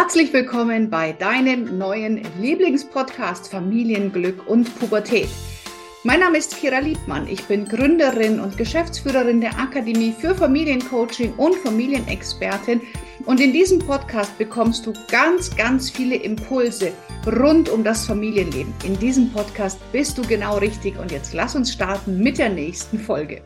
Herzlich willkommen bei deinem neuen Lieblingspodcast Familienglück und Pubertät. Mein Name ist Kira Liebmann. Ich bin Gründerin und Geschäftsführerin der Akademie für Familiencoaching und Familienexpertin. Und in diesem Podcast bekommst du ganz viele Impulse rund um das Familienleben. In diesem Podcast bist du genau richtig. Und jetzt lass uns starten mit der nächsten Folge.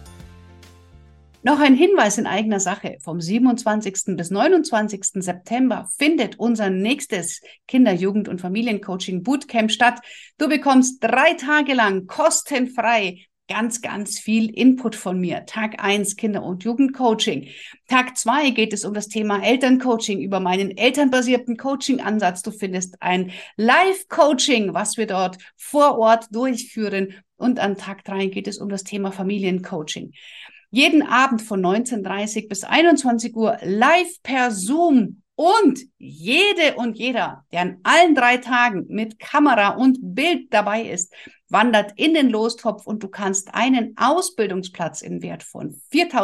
Noch ein Hinweis in eigener Sache. Vom 27. bis 29. September findet unser nächstes Kinder-, Jugend- und Familiencoaching Bootcamp statt. Du bekommst 3 Tage lang kostenfrei ganz viel Input von mir. Tag 1 Kinder- und Jugendcoaching. Tag 2 geht es um das Thema Elterncoaching über meinen elternbasierten Coaching-Ansatz. Du findest ein Live-Coaching, was wir dort vor Ort durchführen. Und an Tag 3 geht es um das Thema Familiencoaching. Jeden Abend von 19:30 bis 21 Uhr live per Zoom und jede und jeder, der an allen 3 Tagen mit Kamera und Bild dabei ist, wandert in den Lostopf und du kannst einen Ausbildungsplatz im Wert von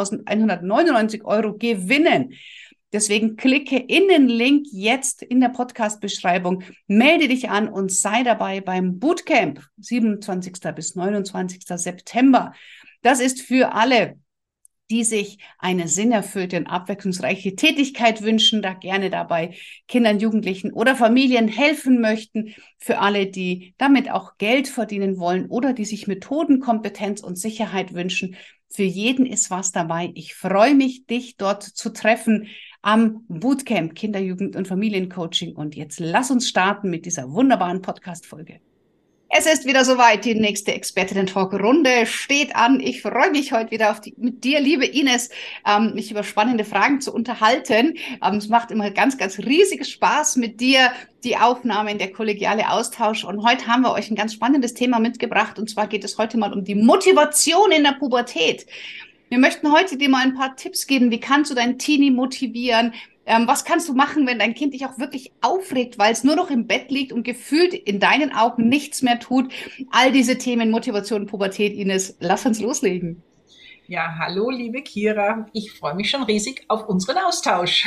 4.199 € gewinnen. Deswegen klicke in den Link jetzt in der Podcast-Beschreibung, melde dich an und sei dabei beim Bootcamp 27. bis 29. September. Das ist für alle, die sich eine sinnerfüllte und abwechslungsreiche Tätigkeit wünschen, da gerne dabei Kindern, Jugendlichen oder Familien helfen möchten, für alle, die damit auch Geld verdienen wollen oder die sich Methoden, Kompetenz und Sicherheit wünschen. Für jeden ist was dabei. Ich freue mich, dich dort zu treffen am Bootcamp Kinder-, Jugend- und Familiencoaching. Und jetzt lass uns starten mit dieser wunderbaren Podcast-Folge. Es ist wieder soweit, die nächste Expertinnen-Talk-Runde steht an. Ich freue mich heute wieder mit dir, liebe Ines, mich über spannende Fragen zu unterhalten. Es macht immer ganz riesiges Spaß mit dir, die Aufnahme, der kollegiale Austausch. Und heute haben wir euch ein ganz spannendes Thema mitgebracht. Und zwar geht es heute mal um die Motivation in der Pubertät. Wir möchten heute dir mal ein paar Tipps geben. Wie kannst du dein Teenie motivieren? Was kannst du machen, wenn dein Kind dich auch wirklich aufregt, weil es nur noch im Bett liegt und gefühlt in deinen Augen nichts mehr tut? All diese Themen, Motivation, Pubertät, Ines, lass uns loslegen. Ja, hallo, liebe Kira. Ich freue mich schon riesig auf unseren Austausch.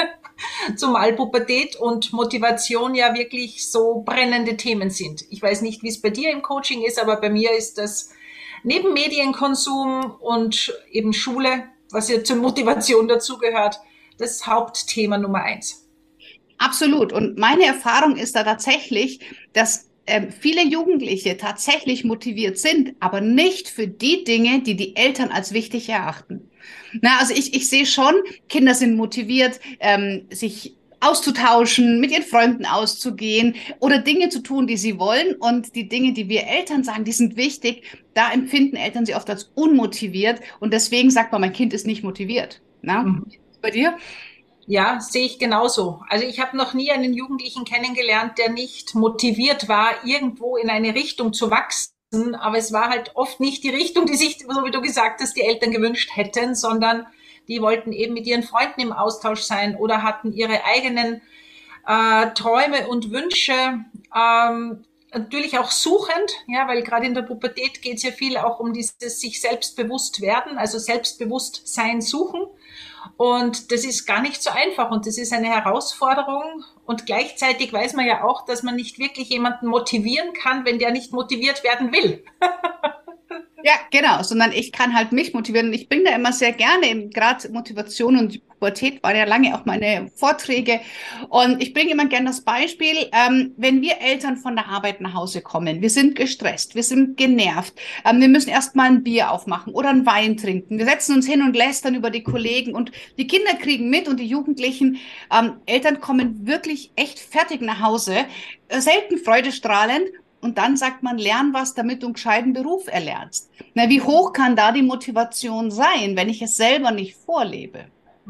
Zumal Pubertät und Motivation ja wirklich so brennende Themen sind. Ich weiß nicht, wie es bei dir im Coaching ist, aber bei mir ist das neben Medienkonsum und eben Schule, was ja zur Motivation dazugehört, das Hauptthema Nummer 1. Absolut. Und meine Erfahrung ist da tatsächlich, dass viele Jugendliche tatsächlich motiviert sind, aber nicht für die Dinge, die die Eltern als wichtig erachten. Na, also ich sehe schon, Kinder sind motiviert, sich auszutauschen, mit ihren Freunden auszugehen oder Dinge zu tun, die sie wollen. Und die Dinge, die wir Eltern sagen, die sind wichtig, da empfinden Eltern sie oft als unmotiviert. Und deswegen sagt man, mein Kind ist nicht motiviert. Na? Bei dir? Ja, sehe ich genauso. Also ich habe noch nie einen Jugendlichen kennengelernt, der nicht motiviert war, irgendwo in eine Richtung zu wachsen. Aber es war halt oft nicht die Richtung, die sich, so wie du gesagt hast, die Eltern gewünscht hätten, sondern die wollten eben mit ihren Freunden im Austausch sein oder hatten ihre eigenen Träume und Wünsche. Natürlich auch suchend, ja, weil gerade in der Pubertät geht es ja viel auch um dieses sich selbstbewusst werden, also Selbstbewusstsein suchen. Und das ist gar nicht so einfach und das ist eine Herausforderung. Und gleichzeitig weiß man ja auch, dass man nicht wirklich jemanden motivieren kann, wenn der nicht motiviert werden will. Ja, genau, sondern ich kann halt mich motivieren. Und ich bringe da immer sehr gerne, gerade Motivation und Pubertät waren ja lange auch meine Vorträge. Und ich bringe immer gerne das Beispiel, wenn wir Eltern von der Arbeit nach Hause kommen, wir sind gestresst, wir sind genervt, wir müssen erst mal ein Bier aufmachen oder einen Wein trinken. Wir setzen uns hin und lästern über die Kollegen und die Kinder kriegen mit und die Jugendlichen, Eltern kommen wirklich echt fertig nach Hause, selten freudestrahlend. Und dann sagt man, lern was, damit du einen gescheiten Beruf erlernst. Na, wie hoch kann da die Motivation sein, wenn ich es selber nicht vorlebe?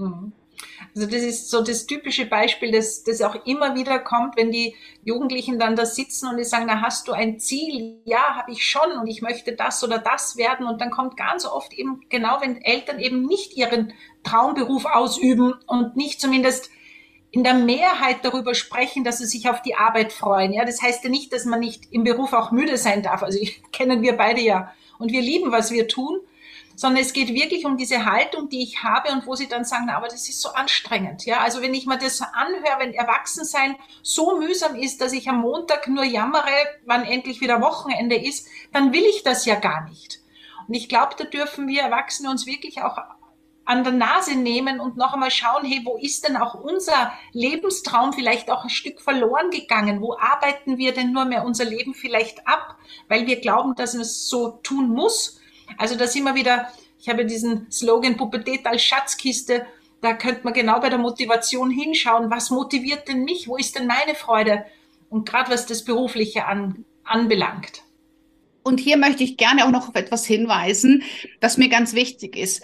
Also das ist so das typische Beispiel, das auch immer wieder kommt, wenn die Jugendlichen dann da sitzen und die sagen, na, hast du ein Ziel? Ja, habe ich schon und ich möchte das oder das werden. Und dann kommt ganz oft eben, genau wenn Eltern eben nicht ihren Traumberuf ausüben und nicht zumindest in der Mehrheit darüber sprechen, dass sie sich auf die Arbeit freuen. Ja, das heißt ja nicht, dass man nicht im Beruf auch müde sein darf. Also kennen wir beide ja. Und wir lieben, was wir tun. sondern es geht wirklich um diese Haltung, die ich habe und wo sie dann sagen, na, aber das ist so anstrengend. Ja, also wenn ich mir das anhöre, wenn Erwachsensein so mühsam ist, dass ich am Montag nur jammere, wann endlich wieder Wochenende ist, dann will ich das ja gar nicht. Und ich glaube, da dürfen wir Erwachsene uns wirklich auch an der Nase nehmen und noch einmal schauen, hey, wo ist denn auch unser Lebenstraum vielleicht auch ein Stück verloren gegangen? Wo arbeiten wir denn nur mehr unser Leben vielleicht ab, weil wir glauben, dass es so tun muss? Also da sind wir wieder, ich habe diesen Slogan Pubertät als Schatzkiste, da könnte man genau bei der Motivation hinschauen, was motiviert denn mich? Wo ist denn meine Freude? Und gerade was das Berufliche anbelangt. Und hier möchte ich gerne auch noch auf etwas hinweisen, das mir ganz wichtig ist.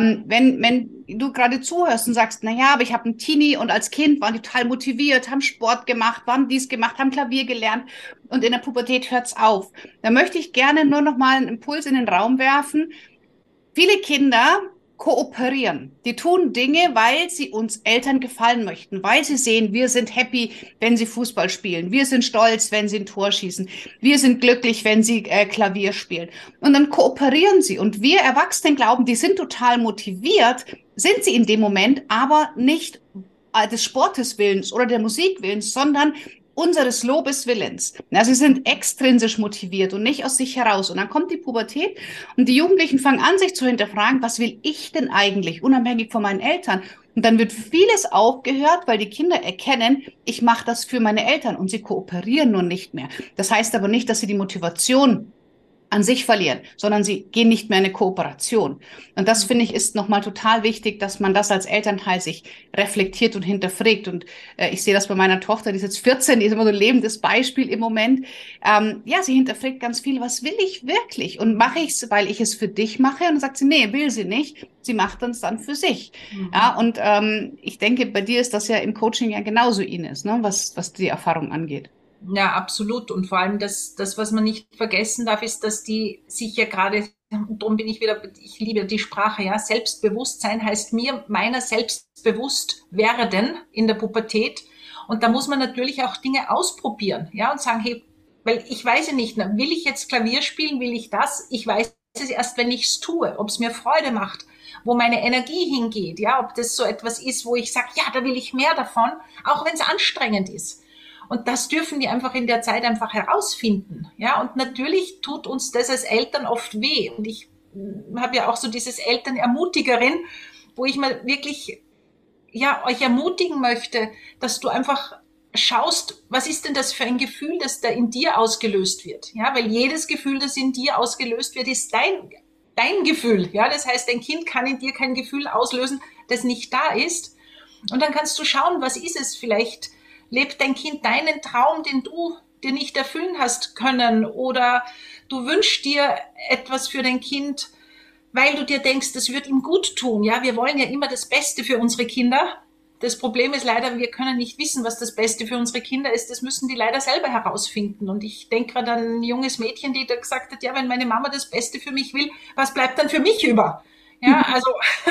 Wenn du gerade zuhörst und sagst, na ja, aber ich habe einen Teenie und als Kind waren die total motiviert, haben Sport gemacht, haben dies gemacht, haben Klavier gelernt und in der Pubertät hört's auf. Da möchte ich gerne nur noch mal einen Impuls in den Raum werfen. Viele Kinder kooperieren. Die tun Dinge, weil sie uns Eltern gefallen möchten, weil sie sehen, wir sind happy, wenn sie Fußball spielen. Wir sind stolz, wenn sie ein Tor schießen. Wir sind glücklich, wenn sie Klavier spielen. Und dann kooperieren sie. Und wir Erwachsenen glauben, die sind total motiviert, sind sie in dem Moment, aber nicht des Sportes Willens oder der Musik Willens, sondern unseres Lobeswillens. Ja, sie sind extrinsisch motiviert und nicht aus sich heraus. Und dann kommt die Pubertät und die Jugendlichen fangen an, sich zu hinterfragen, was will ich denn eigentlich, unabhängig von meinen Eltern? Und dann wird vieles aufgehört, weil die Kinder erkennen, ich mache das für meine Eltern und sie kooperieren nun nicht mehr. Das heißt aber nicht, dass sie die Motivation an sich verlieren, sondern sie gehen nicht mehr in eine Kooperation. Und das, finde ich, ist nochmal total wichtig, dass man das als Elternteil sich reflektiert und hinterfragt. Und ich sehe das bei meiner Tochter, die ist jetzt 14, die ist immer so ein lebendes Beispiel im Moment. Ja, sie hinterfragt ganz viel, was will ich wirklich? Und mache ich es, weil ich es für dich mache? Und dann sagt sie, nee, will sie nicht. Sie macht es dann für sich. Mhm. Ja, und ich denke, bei dir ist das ja im Coaching ja genauso, Ines, ne, was die Erfahrung angeht. Ja, absolut. Und vor allem das, was man nicht vergessen darf, ist, dass die sich ja gerade, und darum bin ich wieder, ich liebe die Sprache, ja, Selbstbewusstsein heißt meiner selbst bewusst werden in der Pubertät. Und da muss man natürlich auch Dinge ausprobieren, ja, und sagen, hey, weil ich weiß ja nicht, will ich jetzt Klavier spielen, will ich das? Ich weiß es erst, wenn ich es tue, ob es mir Freude macht, wo meine Energie hingeht, ja, ob das so etwas ist, wo ich sage, ja, da will ich mehr davon, auch wenn es anstrengend ist. Und das dürfen die einfach in der Zeit einfach herausfinden. Ja, und natürlich tut uns das als Eltern oft weh. Und ich habe ja auch so dieses Elternermutigerin, wo ich mal wirklich, ja, euch ermutigen möchte, dass du einfach schaust, was ist denn das für ein Gefühl, das da in dir ausgelöst wird. Ja, weil jedes Gefühl, das in dir ausgelöst wird, ist dein Gefühl. Ja, das heißt, dein Kind kann in dir kein Gefühl auslösen, das nicht da ist. Und dann kannst du schauen, was ist es vielleicht, lebt dein Kind deinen Traum, den du dir nicht erfüllen hast können, oder du wünschst dir etwas für dein Kind, weil du dir denkst, das wird ihm gut tun. Ja, wir wollen ja immer das Beste für unsere Kinder. Das Problem ist leider, wir können nicht wissen, was das Beste für unsere Kinder ist. Das müssen die leider selber herausfinden. Und ich denke gerade an ein junges Mädchen, die da gesagt hat, ja, wenn meine Mama das Beste für mich will, was bleibt dann für mich über? Ja, also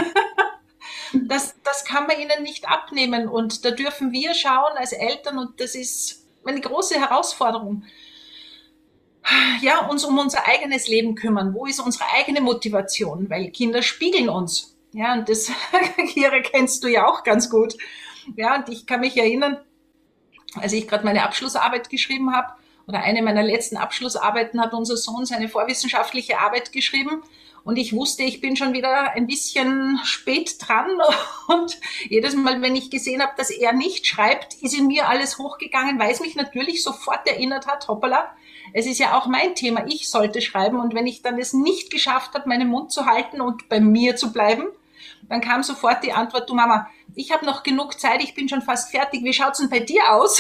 das kann man ihnen nicht abnehmen. Und da dürfen wir schauen als Eltern, und das ist eine große Herausforderung, ja, uns um unser eigenes Leben kümmern. Wo ist unsere eigene Motivation? Weil Kinder spiegeln uns. Ja, und das, Kira, kennst du ja auch ganz gut. Ja, und ich kann mich erinnern, als ich gerade meine Abschlussarbeit geschrieben habe, oder eine meiner letzten Abschlussarbeiten, hat unser Sohn seine vorwissenschaftliche Arbeit geschrieben. Und ich wusste, ich bin schon wieder ein bisschen spät dran. Und jedes Mal, wenn ich gesehen habe, dass er nicht schreibt, ist in mir alles hochgegangen, weil es mich natürlich sofort erinnert hat, hoppala, es ist ja auch mein Thema, ich sollte schreiben. Und wenn ich dann es nicht geschafft habe, meinen Mund zu halten und bei mir zu bleiben, dann kam sofort die Antwort, du Mama, ich habe noch genug Zeit, ich bin schon fast fertig, wie schaut's denn bei dir aus?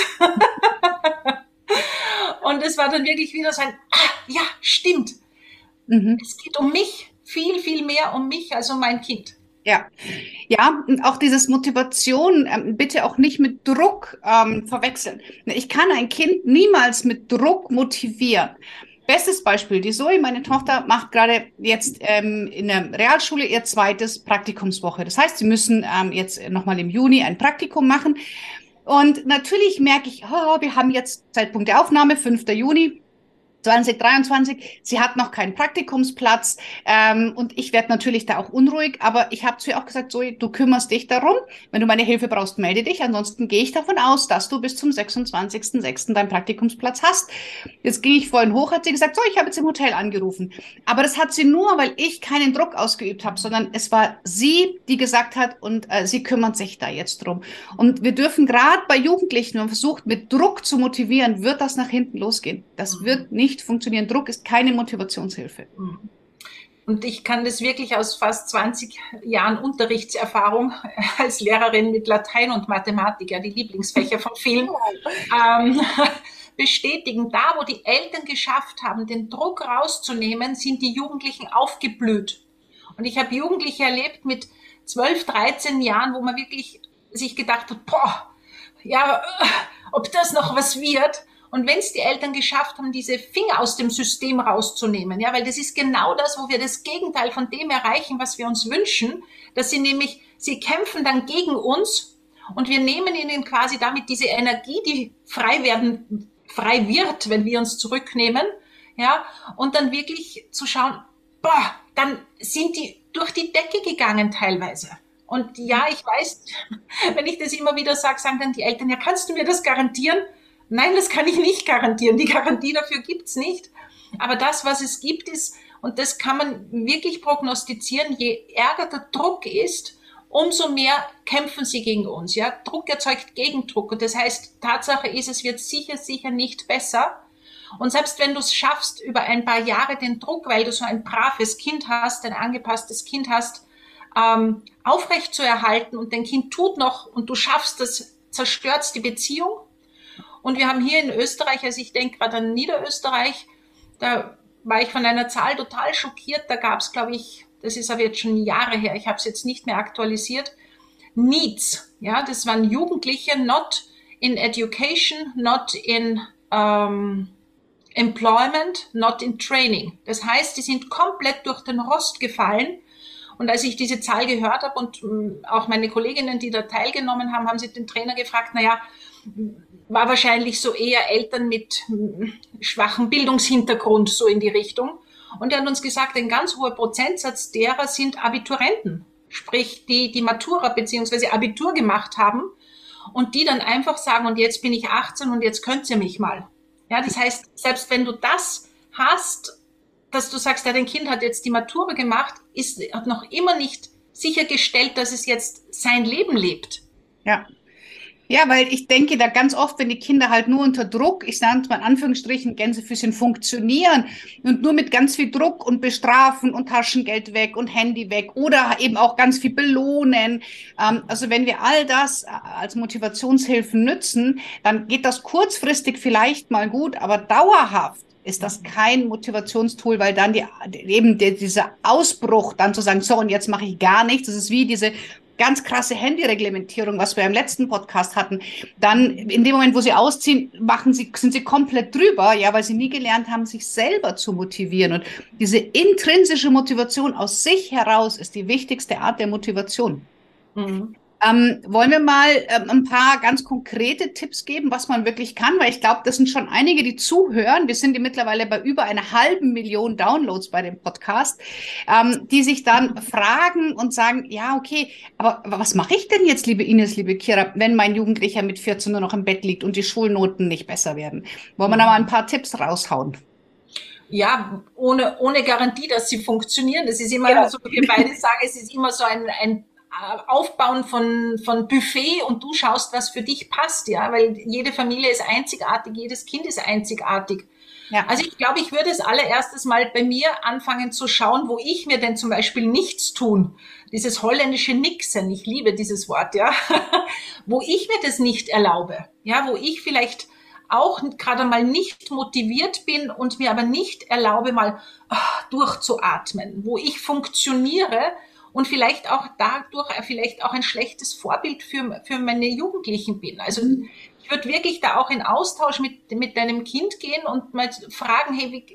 Und es war dann wirklich wieder so ein, ja, stimmt. Mhm. Es geht um mich, viel, viel mehr um mich als um mein Kind. Ja, ja, und auch dieses Motivation, bitte auch nicht mit Druck verwechseln. Ich kann ein Kind niemals mit Druck motivieren. Bestes Beispiel, die Zoe, meine Tochter, macht gerade jetzt in der Realschule ihr zweites Praktikumswoche. Das heißt, sie müssen jetzt nochmal im Juni ein Praktikum machen. Und natürlich merke ich, wir haben jetzt Zeitpunkt der Aufnahme, 5. Juni. 2023, sie hat noch keinen Praktikumsplatz und ich werde natürlich da auch unruhig, aber ich habe zu ihr auch gesagt, Zoe, du kümmerst dich darum, wenn du meine Hilfe brauchst, melde dich, ansonsten gehe ich davon aus, dass du bis zum 26.06. deinen Praktikumsplatz hast. Jetzt ging ich vorhin hoch, hat sie gesagt, so, ich habe jetzt im Hotel angerufen, aber das hat sie nur, weil ich keinen Druck ausgeübt habe, sondern es war sie, die gesagt hat und sie kümmert sich da jetzt drum. Und wir dürfen gerade bei Jugendlichen, wenn man versucht, mit Druck zu motivieren, wird das nach hinten losgehen. Das wird nicht funktionieren. Druck ist keine Motivationshilfe. Und ich kann das wirklich aus fast 20 Jahren Unterrichtserfahrung als Lehrerin mit Latein und Mathematik, ja, die Lieblingsfächer von vielen, bestätigen. Da, wo die Eltern geschafft haben, den Druck rauszunehmen, sind die Jugendlichen aufgeblüht. Und ich habe Jugendliche erlebt mit 12, 13 Jahren, wo man wirklich sich gedacht hat, boah, ja, ob das noch was wird. Und wenn es die Eltern geschafft haben, diese Finger aus dem System rauszunehmen, ja, weil das ist genau das, wo wir das Gegenteil von dem erreichen, was wir uns wünschen, dass sie kämpfen dann gegen uns und wir nehmen ihnen quasi damit diese Energie, die frei wird, wenn wir uns zurücknehmen, ja, und dann wirklich zu schauen, boah, dann sind die durch die Decke gegangen teilweise. Und ja, ich weiß, wenn ich das immer wieder sage, sagen dann die Eltern, ja, kannst du mir das garantieren? Nein, das kann ich nicht garantieren. Die Garantie dafür gibt's nicht. Aber das, was es gibt, ist, und das kann man wirklich prognostizieren, je ärger der Druck ist, umso mehr kämpfen sie gegen uns. Ja, Druck erzeugt Gegendruck. Und das heißt, Tatsache ist, es wird sicher nicht besser. Und selbst wenn du es schaffst, über ein paar Jahre den Druck, weil du so ein braves Kind hast, ein angepasstes Kind hast, aufrecht zu erhalten und dein Kind tut noch und du schaffst das, zerstört die Beziehung. Und wir haben hier in Österreich, also ich denke gerade an Niederösterreich, da war ich von einer Zahl total schockiert. Da gab es, glaube ich, das ist aber jetzt schon Jahre her, ich habe es jetzt nicht mehr aktualisiert, NEETs. Ja, das waren Jugendliche, not in education, not in employment, not in training. Das heißt, die sind komplett durch den Rost gefallen. Und als ich diese Zahl gehört habe und auch meine Kolleginnen, die da teilgenommen haben, haben sie den Trainer gefragt, naja, war wahrscheinlich so eher Eltern mit schwachem Bildungshintergrund, so in die Richtung. Und er hat uns gesagt, ein ganz hoher Prozentsatz derer sind Abiturienten, sprich die Matura bzw. Abitur gemacht haben und die dann einfach sagen, und jetzt bin ich 18 und jetzt könnt ihr mich mal. Ja, das heißt, selbst wenn du das hast, dass du sagst, ja, dein Kind hat jetzt die Matura gemacht, hat noch immer nicht sichergestellt, dass es jetzt sein Leben lebt. Ja. Ja, weil ich denke da ganz oft, wenn die Kinder halt nur unter Druck, ich sage mal in Anführungsstrichen, Gänsefüßchen funktionieren und nur mit ganz viel Druck und bestrafen und Taschengeld weg und Handy weg oder eben auch ganz viel belohnen. Also wenn wir all das als Motivationshilfen nützen, dann geht das kurzfristig vielleicht mal gut, aber dauerhaft ist das kein Motivationstool, weil dann dieser Ausbruch dann zu sagen, so und jetzt mache ich gar nichts, das ist wie diese ganz krasse Handyreglementierung, was wir im letzten Podcast hatten, dann in dem Moment, wo sie ausziehen, sind sie komplett drüber, ja, weil sie nie gelernt haben, sich selber zu motivieren. Und diese intrinsische Motivation aus sich heraus ist die wichtigste Art der Motivation. Mhm. Wollen wir mal ein paar ganz konkrete Tipps geben, was man wirklich kann? Weil ich glaube, das sind schon einige, die zuhören. Wir sind ja mittlerweile bei über 500.000 Downloads bei dem Podcast, die sich dann fragen und sagen, ja, okay, aber was mache ich denn jetzt, liebe Ines, liebe Kira, wenn mein Jugendlicher mit 14 nur noch im Bett liegt und die Schulnoten nicht besser werden? Wollen wir da mal ein paar Tipps raushauen? Ja, ohne Garantie, dass sie funktionieren. Das ist immer so, wie wir beide sagen, es ist immer so ein Aufbauen von Buffet und du schaust, was für dich passt, ja, weil jede Familie ist einzigartig, jedes Kind ist einzigartig. Ja. Also ich glaube, ich würde als allererstes mal bei mir anfangen zu schauen, wo ich mir denn zum Beispiel nichts tun, dieses holländische Nixen, ich liebe dieses Wort, ja, wo ich mir das nicht erlaube, ja, wo ich vielleicht auch gerade mal nicht motiviert bin und mir aber nicht erlaube, mal durchzuatmen, wo ich funktioniere und vielleicht auch dadurch vielleicht auch ein schlechtes Vorbild für meine Jugendlichen bin. Also ich würde wirklich da auch in Austausch mit deinem Kind gehen und mal fragen, hey,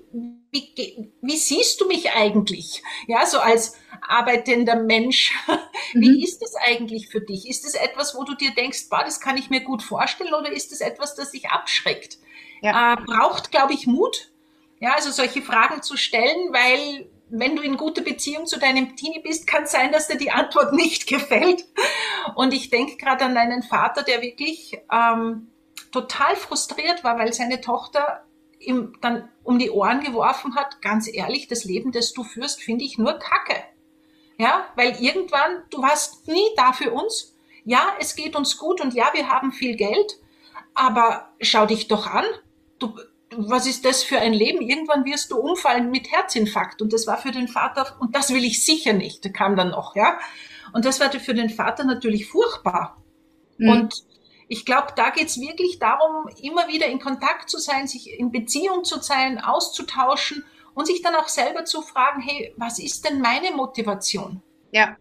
wie siehst du mich eigentlich? Ja, so als arbeitender Mensch. Wie ist das eigentlich für dich? Ist es etwas, wo du dir denkst, boah, das kann ich mir gut vorstellen, oder ist es etwas, das dich abschreckt? Ja. Braucht, glaube ich, Mut. Ja, also solche Fragen zu stellen, weil wenn du in guter Beziehung zu deinem Teenie bist, kann es sein, dass dir die Antwort nicht gefällt. Und ich denke gerade an einen Vater, der wirklich total frustriert war, weil seine Tochter ihm dann um die Ohren geworfen hat, ganz ehrlich, das Leben, das du führst, finde ich nur Kacke. Ja, weil irgendwann, du warst nie da für uns. Ja, es geht uns gut und ja, wir haben viel Geld, aber schau dich doch an. Was ist das für ein Leben? Irgendwann wirst du umfallen mit Herzinfarkt. Und das war für den Vater, und das will ich sicher nicht, der kam dann noch, ja. Und das war für den Vater natürlich furchtbar. Mhm. Und ich glaube, da geht es wirklich darum, immer wieder in Kontakt zu sein, sich in Beziehung zu sein, auszutauschen und sich dann auch selber zu fragen, hey, was ist denn meine Motivation? Ja,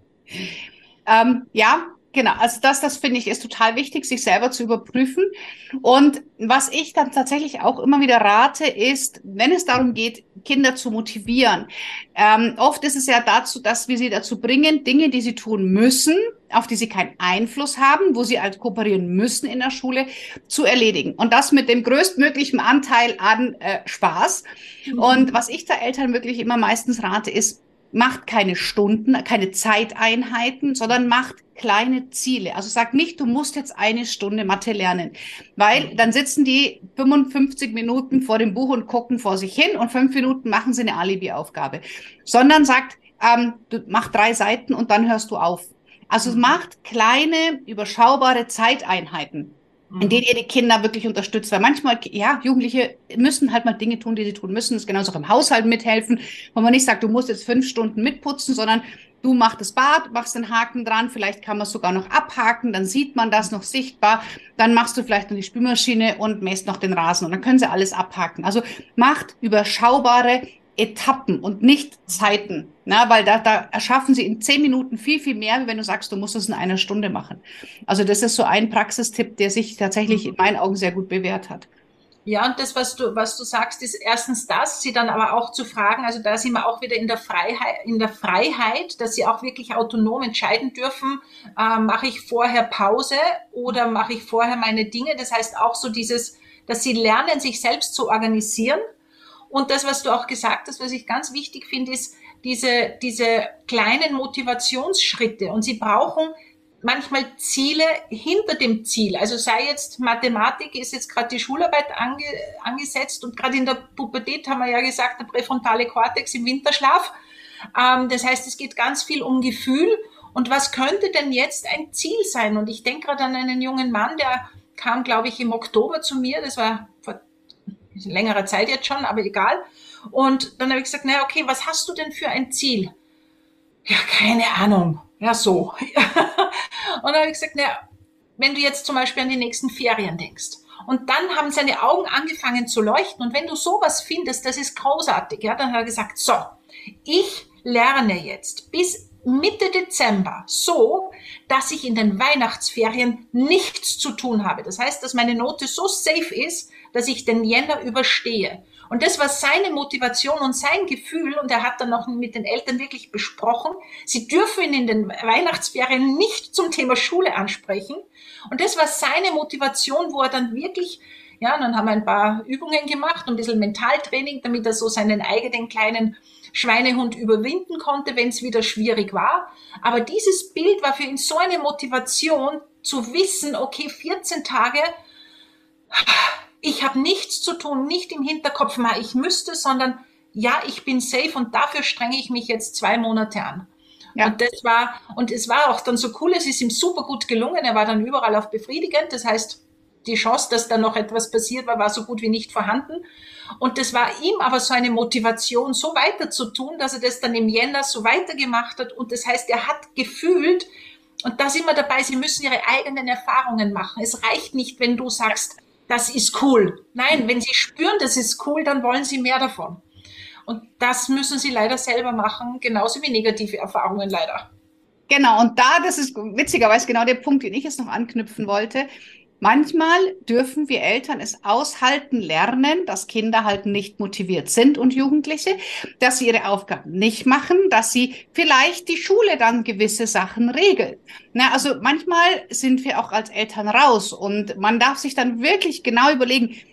ja, genau. Also das finde ich, ist total wichtig, sich selber zu überprüfen. Und was ich dann tatsächlich auch immer wieder rate, ist, wenn es darum geht, Kinder zu motivieren. Oft ist es ja dazu, dass wir sie dazu bringen, Dinge, die sie tun müssen, auf die sie keinen Einfluss haben, wo sie halt kooperieren müssen in der Schule, zu erledigen. Und das mit dem größtmöglichen Anteil an Spaß. Und was ich da Eltern wirklich immer meistens rate, ist, macht keine Stunden, keine Zeiteinheiten, sondern macht kleine Ziele. Also sag nicht, du musst jetzt 1 Stunde Mathe lernen, weil dann sitzen die 55 Minuten vor dem Buch und gucken vor sich hin und 5 Minuten machen sie eine Alibi-Aufgabe. Sondern sagt, du mach 3 Seiten und dann hörst du auf. Also macht kleine, überschaubare Zeiteinheiten, in denen ihr die Kinder wirklich unterstützt. Weil manchmal, ja, Jugendliche müssen halt mal Dinge tun, die sie tun müssen. Das ist genauso auch im Haushalt mithelfen, wo man nicht sagt, du musst jetzt 5 Stunden mitputzen, sondern du machst das Bad, machst den Haken dran, vielleicht kann man es sogar noch abhaken, dann sieht man das noch sichtbar, dann machst du vielleicht noch die Spülmaschine und mähst noch den Rasen und dann können sie alles abhaken. Also macht überschaubare Etappen und nicht Zeiten, weil da erschaffen sie in 10 Minuten viel, viel mehr, wie wenn du sagst, du musst es in 1 Stunde machen. Also das ist so ein Praxistipp, der sich tatsächlich in meinen Augen sehr gut bewährt hat. Ja, und das, was du sagst, ist erstens das, sie dann aber auch zu fragen, also da sind wir auch wieder in der Freiheit, dass sie auch wirklich autonom entscheiden dürfen, mache ich vorher Pause oder mache ich vorher meine Dinge. Das heißt auch so dass sie lernen, sich selbst zu organisieren. Und das, was du auch gesagt hast, was ich ganz wichtig finde, ist diese kleinen Motivationsschritte. Und sie brauchen manchmal Ziele hinter dem Ziel. Also sei jetzt Mathematik, ist jetzt gerade die Schularbeit angesetzt und gerade in der Pubertät haben wir ja gesagt, der präfrontale Kortex im Winterschlaf. Das heißt, es geht ganz viel um Gefühl. Und was könnte denn jetzt ein Ziel sein? Und ich denke gerade an einen jungen Mann, der kam, glaube ich, im Oktober zu mir. Das war vor längerer Zeit jetzt schon, aber egal. Und dann habe ich gesagt, naja, okay, was hast du denn für ein Ziel? Ja, keine Ahnung. Ja, so. Und dann habe ich gesagt, naja, wenn du jetzt zum Beispiel an die nächsten Ferien denkst. Und dann haben seine Augen angefangen zu leuchten. Und wenn du sowas findest, das ist großartig. Ja, dann hat er gesagt, so, ich lerne jetzt bis Mitte Dezember so, dass ich in den Weihnachtsferien nichts zu tun habe. Das heißt, dass meine Note so safe ist, dass ich den Jänner überstehe. Und das war seine Motivation und sein Gefühl. Und er hat dann noch mit den Eltern wirklich besprochen, sie dürfen ihn in den Weihnachtsferien nicht zum Thema Schule ansprechen. Und das war seine Motivation, wo er dann wirklich, ja, dann haben wir ein paar Übungen gemacht, ein bisschen Mentaltraining, damit er so seinen eigenen kleinen Schweinehund überwinden konnte, wenn es wieder schwierig war. Aber dieses Bild war für ihn so eine Motivation, zu wissen, okay, 14 Tage, ich habe nichts zu tun, nicht im Hinterkopf, mal ich müsste, sondern ja, ich bin safe und dafür strenge ich mich jetzt 2 Monate an. Ja. Und es war auch dann so cool, es ist ihm super gut gelungen, er war dann überall auf befriedigend, das heißt, die Chance, dass da noch etwas passiert war so gut wie nicht vorhanden. Und das war ihm aber so eine Motivation, so weiter zu tun, dass er das dann im Jänner so weitergemacht hat. Und das heißt, er hat gefühlt, und da sind wir dabei, sie müssen ihre eigenen Erfahrungen machen. Es reicht nicht, wenn du sagst, das ist cool. Nein, wenn sie spüren, das ist cool, dann wollen sie mehr davon. Und das müssen sie leider selber machen, genauso wie negative Erfahrungen leider. Genau, und das ist witzigerweise genau der Punkt, den ich jetzt noch anknüpfen wollte. Manchmal dürfen wir Eltern es aushalten lernen, dass Kinder halt nicht motiviert sind und Jugendliche, dass sie ihre Aufgaben nicht machen, dass sie vielleicht die Schule dann gewisse Sachen regelt. Also manchmal sind wir auch als Eltern raus und man darf sich dann wirklich genau überlegen,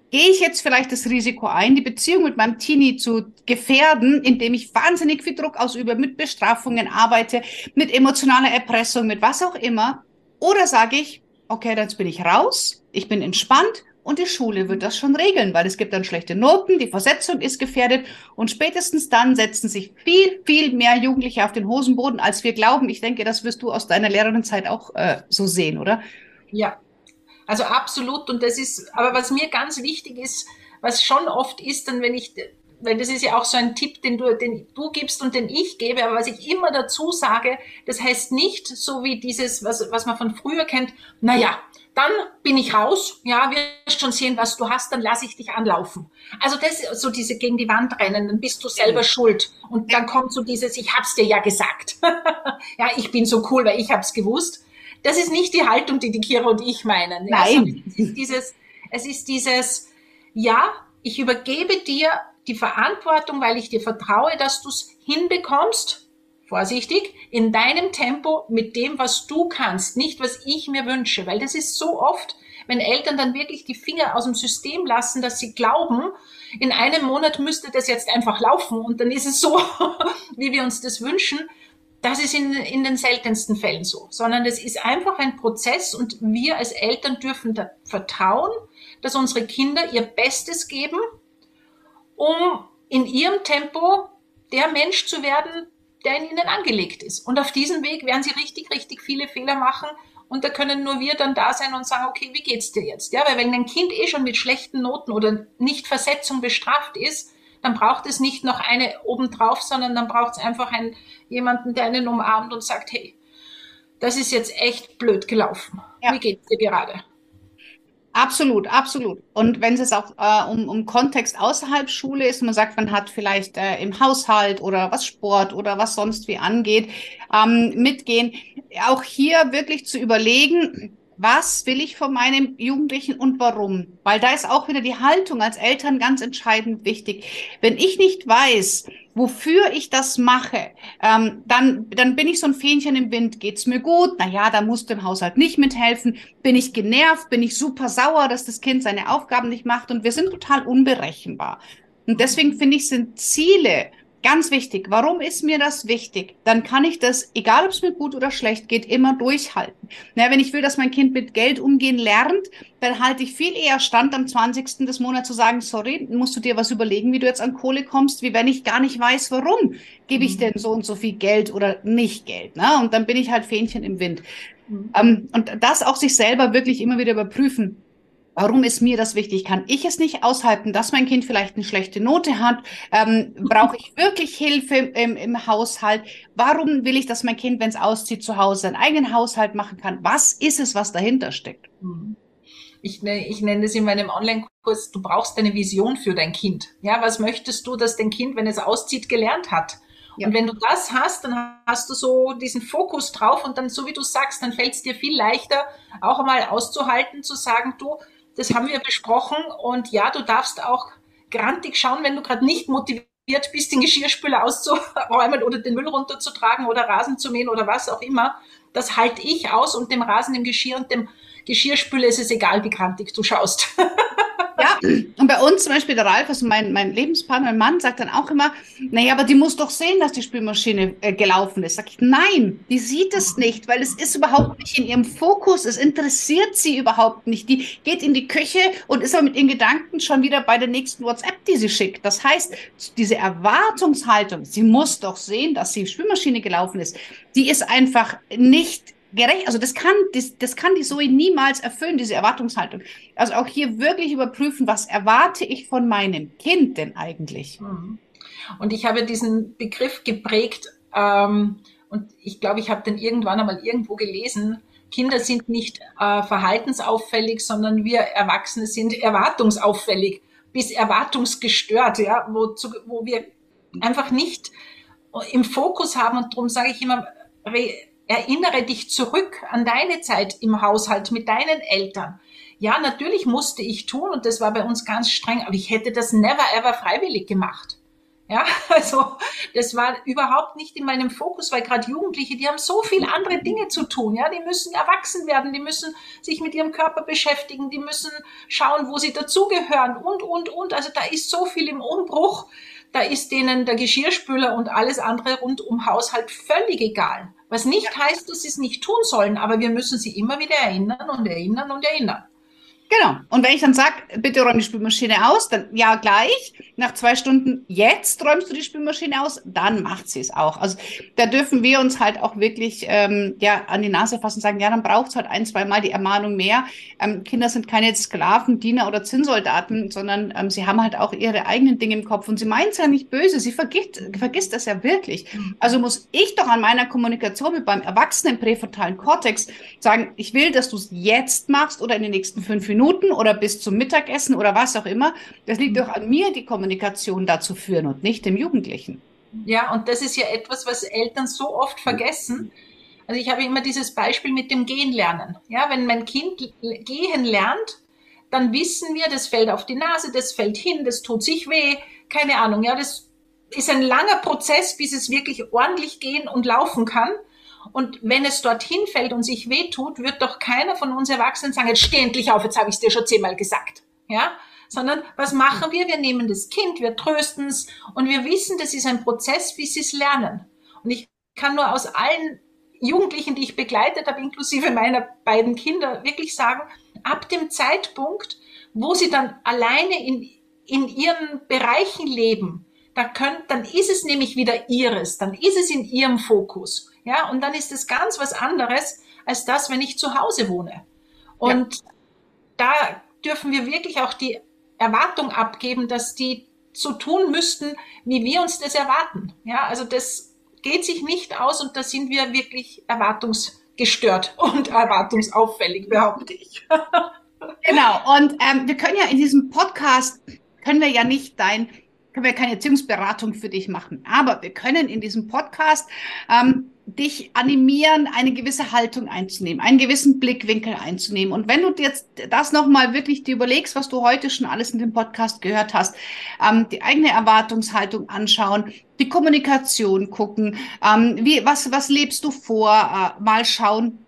gehe ich jetzt vielleicht das Risiko ein, die Beziehung mit meinem Teenie zu gefährden, indem ich wahnsinnig viel Druck ausübe, mit Bestrafungen arbeite, mit emotionaler Erpressung, mit was auch immer? Oder sage ich, okay, jetzt bin ich raus, ich bin entspannt und die Schule wird das schon regeln, weil es gibt dann schlechte Noten, die Versetzung ist gefährdet und spätestens dann setzen sich viel, viel mehr Jugendliche auf den Hosenboden, als wir glauben. Ich denke, das wirst du aus deiner Lehrerinnenzeit auch so sehen, oder? Ja, also absolut. Und das ist, aber was mir ganz wichtig ist, was schon oft ist, dann wenn ich, weil das ist ja auch so ein Tipp, den du gibst und den ich gebe, aber was ich immer dazu sage, das heißt nicht so wie dieses, was man von früher kennt, naja, dann bin ich raus, ja, wirst schon sehen, was du hast, dann lasse ich dich anlaufen. Also das ist so diese gegen die Wand rennen, dann bist du selber schuld. Und dann kommt so dieses, ich hab's dir ja gesagt. Ja, ich bin so cool, weil ich hab's gewusst. Das ist nicht die Haltung, die Kira und ich meinen. Ja, Nein. Es ist dieses, ja, ich übergebe dir die Verantwortung, weil ich dir vertraue, dass du es hinbekommst, vorsichtig, in deinem Tempo mit dem, was du kannst, nicht was ich mir wünsche. Weil das ist so oft, wenn Eltern dann wirklich die Finger aus dem System lassen, dass sie glauben, in einem Monat müsste das jetzt einfach laufen und dann ist es so, wie wir uns das wünschen. Das ist in den seltensten Fällen so, sondern es ist einfach ein Prozess und wir als Eltern dürfen da vertrauen, dass unsere Kinder ihr Bestes geben, um in ihrem Tempo der Mensch zu werden, der in ihnen angelegt ist. Und auf diesem Weg werden sie richtig, richtig viele Fehler machen und da können nur wir dann da sein und sagen, okay, wie geht's dir jetzt? Ja, weil wenn ein Kind schon mit schlechten Noten oder Nichtversetzung bestraft ist, dann braucht es nicht noch eine obendrauf, sondern dann braucht es einfach jemanden, der einen umarmt und sagt, hey, das ist jetzt echt blöd gelaufen. Ja. Wie geht's dir gerade? Absolut, absolut. Und wenn es auch um Kontext außerhalb Schule ist, man sagt, man hat vielleicht im Haushalt oder was Sport oder was sonst wie angeht, mitgehen, auch hier wirklich zu überlegen, was will ich von meinem Jugendlichen und warum? Weil da ist auch wieder die Haltung als Eltern ganz entscheidend wichtig. Wenn ich nicht weiß, wofür ich das mache, dann bin ich so ein Fähnchen im Wind. Geht's mir gut? Na ja, da musst du im Haushalt nicht mithelfen. Bin ich genervt? Bin ich super sauer, dass das Kind seine Aufgaben nicht macht? Und wir sind total unberechenbar. Und deswegen finde ich, sind Ziele ganz wichtig. Warum ist mir das wichtig? Dann kann ich das, egal ob es mir gut oder schlecht geht, immer durchhalten. Na, wenn ich will, dass mein Kind mit Geld umgehen lernt, dann halte ich viel eher stand am 20. des Monats zu sagen, sorry, musst du dir was überlegen, wie du jetzt an Kohle kommst, wie wenn ich gar nicht weiß, warum gebe ich denn so und so viel Geld oder nicht Geld. Ne? Und dann bin ich halt Fähnchen im Wind. Und das auch sich selber wirklich immer wieder überprüfen. Warum ist mir das wichtig? Kann ich es nicht aushalten, dass mein Kind vielleicht eine schlechte Note hat? Brauche ich wirklich Hilfe im Haushalt? Warum will ich, dass mein Kind, wenn es auszieht, zu Hause seinen eigenen Haushalt machen kann? Was ist es, was dahinter steckt? Ich nenne das in meinem Online-Kurs, du brauchst eine Vision für dein Kind. Ja, was möchtest du, dass dein Kind, wenn es auszieht, gelernt hat? Ja. Und wenn du das hast, dann hast du so diesen Fokus drauf und dann, so wie du sagst, dann fällt es dir viel leichter, auch einmal auszuhalten, zu sagen, du, das haben wir besprochen und ja, du darfst auch grantig schauen, wenn du gerade nicht motiviert bist, den Geschirrspüler auszuräumen oder den Müll runterzutragen oder Rasen zu mähen oder was auch immer. Das halte ich aus und dem Rasen, dem Geschirr und dem Geschirrspüler ist es egal, wie grantig du schaust. Ja, und bei uns zum Beispiel der Ralf, also mein Lebenspartner, mein Mann, sagt dann auch immer, naja, aber die muss doch sehen, dass die Spülmaschine gelaufen ist. Sag ich, nein, die sieht es nicht, weil es ist überhaupt nicht in ihrem Fokus, es interessiert sie überhaupt nicht. Die geht in die Küche und ist aber mit ihren Gedanken schon wieder bei der nächsten WhatsApp, die sie schickt. Das heißt, diese Erwartungshaltung, sie muss doch sehen, dass die Spülmaschine gelaufen ist, die ist einfach nicht gerecht, also das kann die Zoe niemals erfüllen, diese Erwartungshaltung. Also auch hier wirklich überprüfen, was erwarte ich von meinem Kind denn eigentlich? Und ich habe diesen Begriff geprägt und ich glaube, ich habe den irgendwann einmal irgendwo gelesen. Kinder sind nicht verhaltensauffällig, sondern wir Erwachsene sind erwartungsauffällig bis erwartungsgestört, ja, wo wir einfach nicht im Fokus haben und darum sage ich immer, erinnere dich zurück an deine Zeit im Haushalt mit deinen Eltern. Ja, natürlich musste ich tun und das war bei uns ganz streng, aber ich hätte das never ever freiwillig gemacht. Ja, also das war überhaupt nicht in meinem Fokus, weil gerade Jugendliche, die haben so viel andere Dinge zu tun. Ja, die müssen erwachsen werden, die müssen sich mit ihrem Körper beschäftigen, die müssen schauen, wo sie dazugehören und. Also da ist so viel im Umbruch. Da ist denen der Geschirrspüler und alles andere rund um Haushalt völlig egal. Was nicht heißt, dass sie es nicht tun sollen, aber wir müssen sie immer wieder erinnern und erinnern und erinnern. Genau. Und wenn ich dann sage, bitte räum die Spülmaschine aus, dann ja gleich. Nach 2 Stunden, jetzt räumst du die Spülmaschine aus, dann macht sie es auch. Also da dürfen wir uns halt auch wirklich an die Nase fassen und sagen, ja, dann braucht es halt 1-2 Mal die Ermahnung mehr. Kinder sind keine Sklaven, Diener oder Zinnsoldaten, sondern sie haben halt auch ihre eigenen Dinge im Kopf. Und sie meint es ja nicht böse, sie vergisst das ja wirklich. Also muss ich doch an meiner Kommunikation mit meinem Erwachsenen präfrontalen Kortex sagen, ich will, dass du es jetzt machst oder in den nächsten 5 Minuten oder bis zum Mittagessen oder was auch immer. Das liegt doch an mir, die Kommunikation dazu führen und nicht dem Jugendlichen. Ja, und das ist ja etwas, was Eltern so oft vergessen. Also ich habe immer dieses Beispiel mit dem Gehen lernen. Ja, wenn mein Kind gehen lernt, dann wissen wir, das fällt auf die Nase, das fällt hin, das tut sich weh, keine Ahnung. Ja, das ist ein langer Prozess, bis es wirklich ordentlich gehen und laufen kann. Und wenn es dorthin fällt und sich wehtut, wird doch keiner von uns Erwachsenen sagen, jetzt steh endlich auf, jetzt habe ich es dir schon 10-mal gesagt. Ja? Sondern was machen wir? Wir nehmen das Kind, wir trösten es und wir wissen, das ist ein Prozess, bis sie es lernen. Und ich kann nur aus allen Jugendlichen, die ich begleitet habe, inklusive meiner beiden Kinder, wirklich sagen, ab dem Zeitpunkt, wo sie dann alleine in ihren Bereichen leben, dann ist es nämlich wieder ihres, dann ist es in ihrem Fokus. Ja, und dann ist es ganz was anderes, als das, wenn ich zu Hause wohne. Und da dürfen wir wirklich auch die Erwartung abgeben, dass die so tun müssten, wie wir uns das erwarten. Ja, also das geht sich nicht aus und da sind wir wirklich erwartungsgestört und erwartungsauffällig, behaupte ich. Genau, und wir können ja in diesem Podcast, können wir keine Erziehungsberatung für dich machen, aber wir können in diesem Podcast dich animieren, eine gewisse Haltung einzunehmen, einen gewissen Blickwinkel einzunehmen. Und wenn du jetzt das nochmal wirklich dir überlegst, was du heute schon alles in dem Podcast gehört hast, die eigene Erwartungshaltung anschauen, die Kommunikation gucken, was lebst du vor, mal schauen,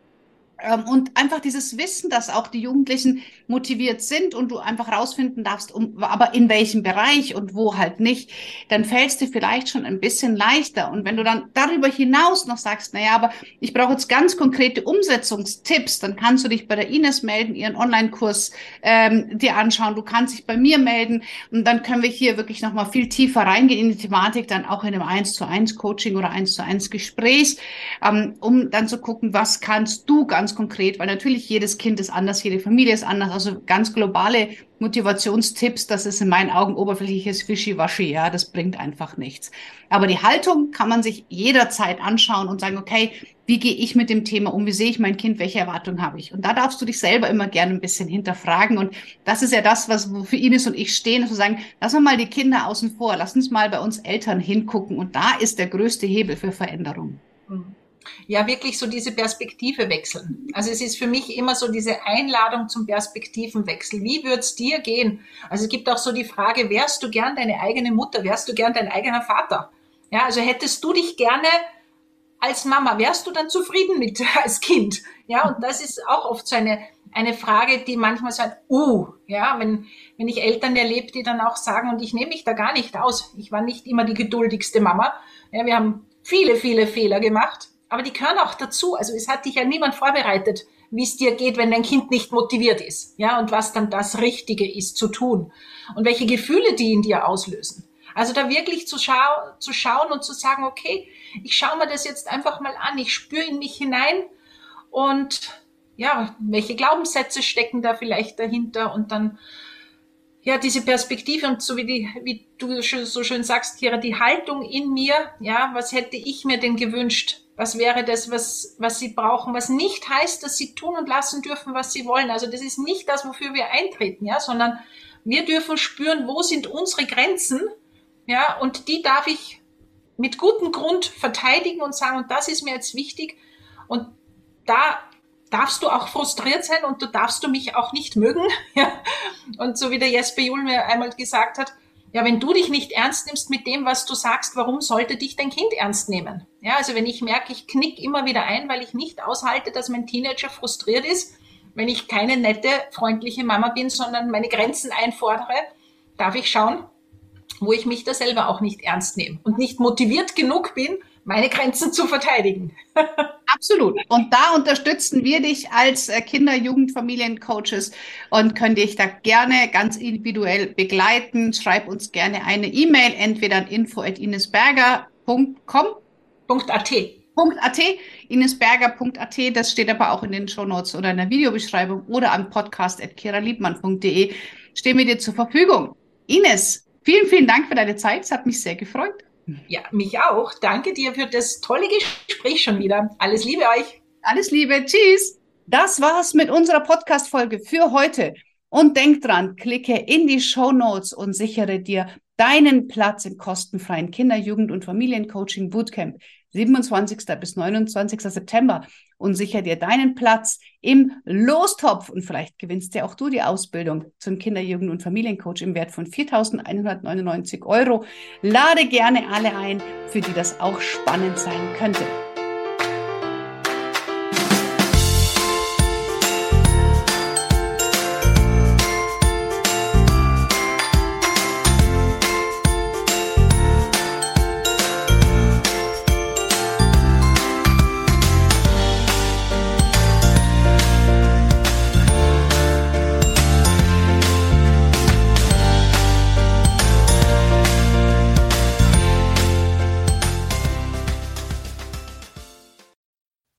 und einfach dieses Wissen, dass auch die Jugendlichen motiviert sind und du einfach rausfinden darfst, aber in welchem Bereich und wo halt nicht, dann fällt es dir vielleicht schon ein bisschen leichter. Und wenn du dann darüber hinaus noch sagst, naja, aber ich brauche jetzt ganz konkrete Umsetzungstipps, dann kannst du dich bei der Ines melden, ihren Online-Kurs dir anschauen. Du kannst dich bei mir melden und dann können wir hier wirklich nochmal viel tiefer reingehen in die Thematik, dann auch in einem 1:1 Coaching oder 1:1 Gespräch, um dann zu gucken, was kannst du ganz konkret, weil natürlich jedes Kind ist anders, jede Familie ist anders, also ganz globale Motivationstipps, das ist in meinen Augen oberflächliches Wischiwaschi, ja, das bringt einfach nichts. Aber die Haltung kann man sich jederzeit anschauen und sagen, okay, wie gehe ich mit dem Thema um, wie sehe ich mein Kind, welche Erwartungen habe ich? Und da darfst du dich selber immer gerne ein bisschen hinterfragen und das ist ja das, wofür Ines und ich stehen, zu sagen, lassen wir mal die Kinder außen vor, lass uns mal bei uns Eltern hingucken und da ist der größte Hebel für Veränderung. Ja, wirklich so diese Perspektive wechseln. Also es ist für mich immer so diese Einladung zum Perspektivenwechsel. Wie würde es dir gehen? Also es gibt auch so die Frage, wärst du gern deine eigene Mutter? Wärst du gern dein eigener Vater? Ja, also hättest du dich gerne als Mama, wärst du dann zufrieden mit als Kind? Ja, und das ist auch oft so eine Frage, die manchmal so ja, wenn ich Eltern erlebe, die dann auch sagen, und ich nehme mich da gar nicht aus. Ich war nicht immer die geduldigste Mama. Ja, wir haben viele, viele Fehler gemacht. Aber die gehören auch dazu. Also es hat dich ja niemand vorbereitet, wie es dir geht, wenn dein Kind nicht motiviert ist. Ja, und was dann das Richtige ist zu tun. Und welche Gefühle die in dir auslösen. Also da wirklich zu schauen und zu sagen, okay, ich schaue mir das jetzt einfach mal an. Ich spüre in mich hinein. Und ja, welche Glaubenssätze stecken da vielleicht dahinter? Und dann ja, diese Perspektive und so wie du so schön sagst, Kira, die Haltung in mir, ja, was hätte ich mir denn gewünscht? Was wäre das, was sie brauchen? Was nicht heißt, dass sie tun und lassen dürfen, was sie wollen. Also das ist nicht das, wofür wir eintreten, ja, sondern wir dürfen spüren, wo sind unsere Grenzen, ja, und die darf ich mit gutem Grund verteidigen und sagen, und das ist mir jetzt wichtig. Und da darfst du auch frustriert sein und du darfst du mich auch nicht mögen. Ja. Und so wie der Jesper Juhl mir einmal gesagt hat, Ja, wenn du dich nicht ernst nimmst mit dem, was du sagst, warum sollte dich dein Kind ernst nehmen? Ja, also wenn ich merke, ich knick immer wieder ein, weil ich nicht aushalte, dass mein Teenager frustriert ist, wenn ich keine nette, freundliche Mama bin, sondern meine Grenzen einfordere, darf ich schauen, wo ich mich da selber auch nicht ernst nehme und nicht motiviert genug bin, meine Grenzen zu verteidigen. Absolut. Und da unterstützen wir dich als Kinder-, Jugend-, Familiencoaches und können dich da gerne ganz individuell begleiten. Schreib uns gerne eine E-Mail, entweder an info@inesberger.com. .at. Inesberger.at, das steht aber auch in den Shownotes oder in der Videobeschreibung oder am podcast@kiraliebmann.de. Stehen wir dir zur Verfügung. Ines, vielen, vielen Dank für deine Zeit. Es hat mich sehr gefreut. Ja, mich auch. Danke dir für das tolle Gespräch schon wieder. Alles Liebe euch. Alles Liebe. Tschüss. Das war's mit unserer Podcast-Folge für heute. Und denk dran, klicke in die Shownotes und sichere dir deinen Platz im kostenfreien Kinder-, Jugend- und Familiencoaching Bootcamp 27. bis 29. September und sichere dir deinen Platz im Lostopf und vielleicht gewinnst ja auch du die Ausbildung zum Kinder-, Jugend- und Familiencoach im Wert von 4.199 €. Lade gerne alle ein, für die das auch spannend sein könnte.